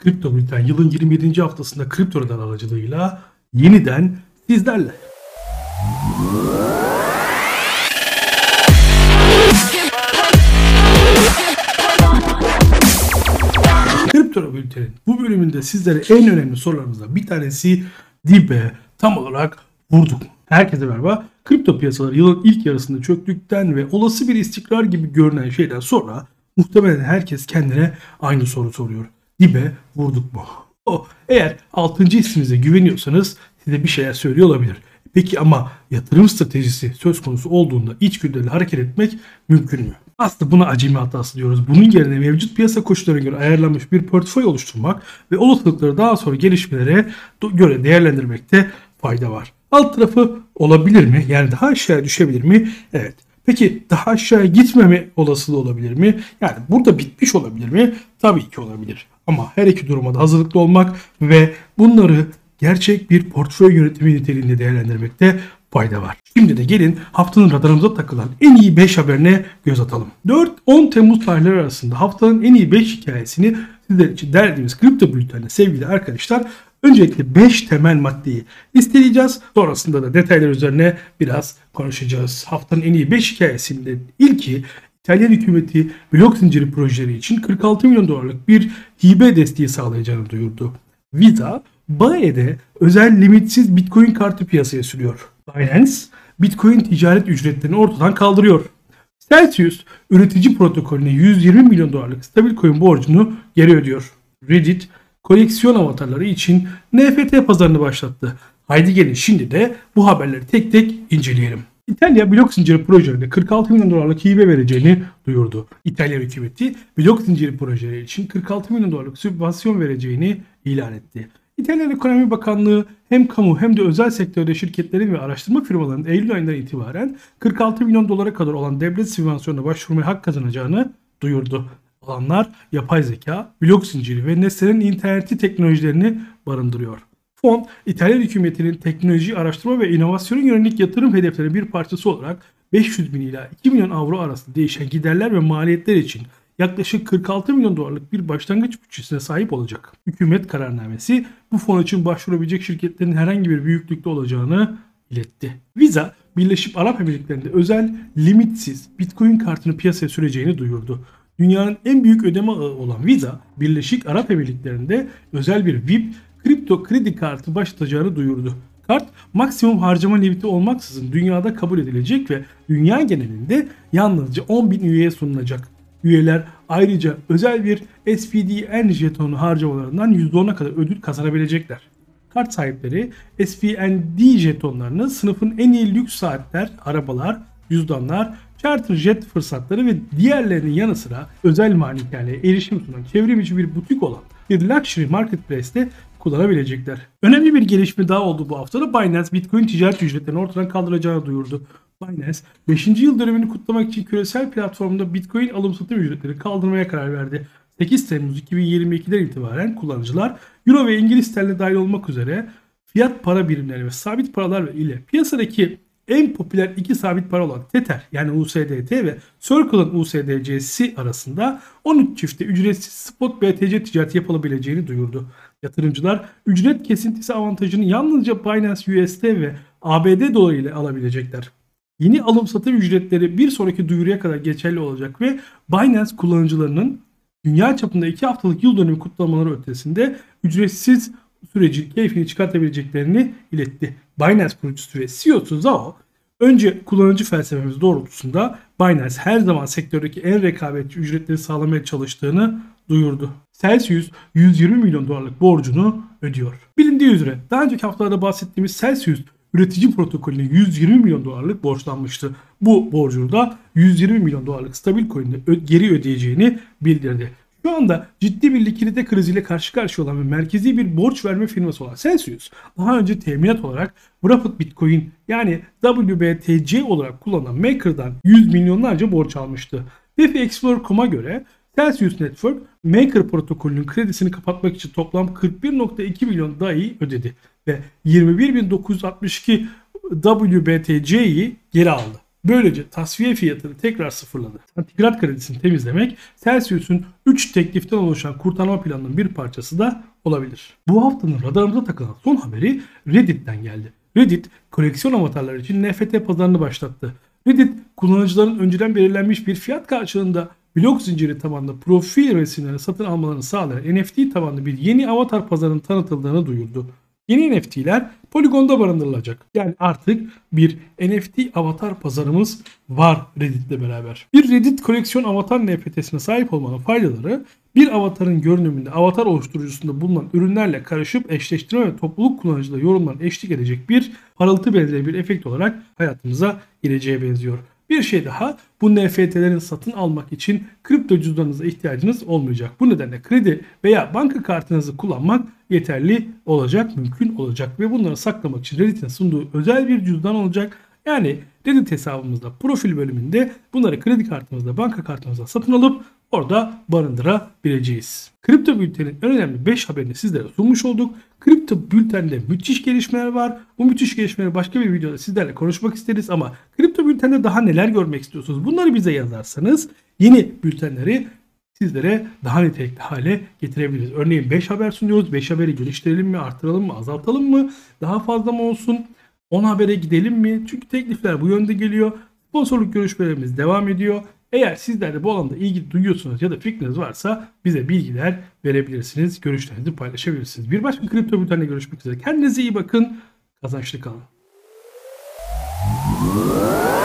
Kripto Bülten yılın 27. haftasında Kripto Radar aracılığıyla yeniden sizlerle. Kripto Bülten'in bu bölümünde sizlere en önemli sorularımızdan bir tanesi dibe tam olarak vurduk. Herkese merhaba. Kripto piyasaları yılın ilk yarısında çöktükten ve olası bir istikrar gibi görünen şeyden sonra muhtemelen herkes kendine aynı soru soruyor. Dibe vurduk mu? Eğer 6. hissinize güveniyorsanız size bir şeyler söylüyor olabilir. Peki ama yatırım stratejisi söz konusu olduğunda içgüdülerle hareket etmek mümkün mü? Aslında buna acemi hatası diyoruz. Bunun yerine mevcut piyasa koşullarına göre ayarlanmış bir portföy oluşturmak ve olasılıkları daha sonra gelişmelere göre değerlendirmekte fayda var. Alt tarafı olabilir mi? Yani daha aşağıya düşebilir mi? Evet. Peki daha aşağıya gitmeme olasılığı olabilir mi? Yani burada bitmiş olabilir mi? Tabii ki olabilir. Ama her iki duruma da hazırlıklı olmak ve bunları gerçek bir portföy yönetimi niteliğinde değerlendirmekte fayda var. Şimdi de gelin haftanın radarımıza takılan en iyi 5 haberine göz atalım. 4-10 Temmuz tarihleri arasında haftanın en iyi 5 hikayesini sizler için derlediğimiz Kripto Bülten'de sevgili arkadaşlar öncelikle 5 temel maddeyi listeleyeceğiz. Sonrasında da detaylar üzerine biraz konuşacağız. Haftanın en iyi 5 hikayesinde ilki İtalyan hükümeti blok zinciri projeleri için 46 milyon dolarlık bir hibe desteği sağlayacağını duyurdu. Visa, Bae'de özel limitsiz Bitcoin kartı piyasaya sürüyor. Binance, Bitcoin ticaret ücretlerini ortadan kaldırıyor. Celsius, üretici protokolüne 120 milyon dolarlık stablecoin borcunu geri ödüyor. Reddit, koleksiyon avatarları için NFT pazarını başlattı. Haydi gelin şimdi de bu haberleri tek tek inceleyelim. İtalya blok zinciri projelerine 46 milyon dolarlık hibe vereceğini duyurdu. İtalya hükümeti blok zinciri projeleri için 46 milyon dolarlık sübvansiyon vereceğini ilan etti. İtalyan Ekonomi Bakanlığı hem kamu hem de özel sektörde şirketlerin ve araştırma firmalarının Eylül ayından itibaren 46 milyon dolara kadar olan devlet sübvansiyonuna başvurmaya hak kazanacağını duyurdu. Alanlar yapay zeka, blok zinciri ve nesnelerin interneti teknolojilerini barındırıyor. Fon, İtalyan hükümetinin teknoloji, araştırma ve inovasyona yönelik yatırım hedeflerinin bir parçası olarak 500 bin ila 2 milyon avro arasında değişen giderler ve maliyetler için yaklaşık 46 milyon dolarlık bir başlangıç bütçesine sahip olacak. Hükümet kararnamesi bu fon için başvurabilecek şirketlerin herhangi bir büyüklükte olacağını iletti. Visa, Birleşik Arap Emirlikleri'nde özel limitsiz Bitcoin kartını piyasaya süreceğini duyurdu. Dünyanın en büyük ödeme ağı olan Visa, Birleşik Arap Emirlikleri'nde özel bir VIP kripto kredi kartı başlatacağını duyurdu. Kart maksimum harcama limiti olmaksızın dünyada kabul edilecek ve dünya genelinde yalnızca 10.000 üyeye sunulacak. Üyeler ayrıca özel bir SPDN jetonu harcamalarından %10'a kadar ödül kazanabilecekler. Kart sahipleri SPND jetonlarını sınıfın en iyi lüks saatler, arabalar, cüzdanlar, charter jet fırsatları ve diğerlerinin yanı sıra özel malikaneye erişim sunan çevrimiçi bir butik olan bir luxury marketplace'te kullanabilecekler. Önemli bir gelişme daha oldu bu haftada. Binance Bitcoin ticaret ücretlerini ortadan kaldıracağını duyurdu. Binance 5. yıl dönümünü kutlamak için küresel platformda Bitcoin alım satım ücretlerini kaldırmaya karar verdi. 8 Temmuz 2022'den itibaren kullanıcılar Euro ve İngiliz sterlini dahil olmak üzere fiyat para birimleri ve sabit paralar ile piyasadaki en popüler iki sabit para olan Tether yani USDT ve Circle'ın USDC'si arasında 13 çifte ücretsiz spot BTC ticareti yapılabileceğini duyurdu. Yatırımcılar ücret kesintisi avantajını yalnızca Binance USD ve ABD doları ile alabilecekler. Yeni alım satım ücretleri bir sonraki duyuruya kadar geçerli olacak ve Binance kullanıcılarının dünya çapında 2 haftalık yıl dönümü kutlamaları ötesinde ücretsiz sürecin keyfini çıkartabileceklerini iletti. Binance kurucusu ve CEO'su Zhao, önce kullanıcı felsefemiz doğrultusunda Binance her zaman sektördeki en rekabetçi ücretleri sağlamaya çalıştığını duyurdu. Celsius 120 milyon dolarlık borcunu ödüyor. Bilindiği üzere daha önceki haftalarda bahsettiğimiz Celsius üretici protokolüne 120 milyon dolarlık borçlanmıştı. Bu borcunu da 120 milyon dolarlık stablecoin'de geri ödeyeceğini bildirdi. Şu anda ciddi bir likidite kriziyle karşı karşıya olan ve merkezi bir borç verme firması olan Celsius, daha önce teminat olarak Wrapped Bitcoin yani WBTC olarak kullanılan Maker'dan 100 milyonlarca borç almıştı. FXplorer.com'a göre Celsius Network, Maker protokolünün kredisini kapatmak için toplam 41.2 milyon DAI ödedi ve 21.962 WBTC'yi geri aldı. Böylece tasfiye fiyatını tekrar sıfırladı. Santigrat kredisini temizlemek Celsius'un 3 tekliften oluşan kurtarma planının bir parçası da olabilir. Bu haftanın radarımıza takılan son haberi Reddit'ten geldi. Reddit, koleksiyon avatarları için NFT pazarını başlattı. Reddit, kullanıcıların önceden belirlenmiş bir fiyat karşılığında blok zinciri tabanlı profil resimlerini satın almalarını sağlayan NFT tabanlı bir yeni avatar pazarının tanıtıldığını duyurdu. Yeni NFT'ler Polygon'da barındırılacak. Yani artık bir NFT avatar pazarımız var Reddit'le beraber. Bir Reddit koleksiyon avatar NFT'sine sahip olmanın faydaları, bir avatarın görünümünde avatar oluşturucusunda bulunan ürünlerle karışıp eşleştirme ve topluluk kullanıcıda yorumlarına eşlik edecek bir parıltı benzeri bir efekt olarak hayatımıza gireceğe benziyor. Bir şey daha, bu NFT'lerin satın almak için kripto cüzdanınıza ihtiyacınız olmayacak. Bu nedenle kredi veya banka kartınızı kullanmak yeterli olacak, mümkün olacak ve bunları saklamak için Reddit'in sunduğu özel bir cüzdan olacak. Yani Reddit hesabımızda profil bölümünde bunları kredi kartımızda, banka kartımızda satın alıp orada barındırabileceğiz. Kripto Bülten'in en önemli 5 haberini sizlere sunmuş olduk. Kripto Bülten'de müthiş gelişmeler var. Bu müthiş gelişmeleri başka bir videoda sizlerle konuşmak isteriz ama Kripto Bülten'de daha neler görmek istiyorsunuz? Bunları bize yazarsanız yeni bültenleri sizlere daha nitelikli hale getirebiliriz. Örneğin 5 haber sunuyoruz. 5 haberi geliştirelim mi, artıralım mı, azaltalım mı? Daha fazla mı olsun? 10 habere gidelim mi? Çünkü teklifler bu yönde geliyor. Sponsorluk görüşmelerimiz devam ediyor. Eğer sizler de bu alanda ilgi duyuyorsunuz ya da fikriniz varsa bize bilgiler verebilirsiniz. Görüşlerinizi paylaşabilirsiniz. Bir başka kripto bültenle görüşmek üzere. Kendinize iyi bakın. Kazançlı kalın.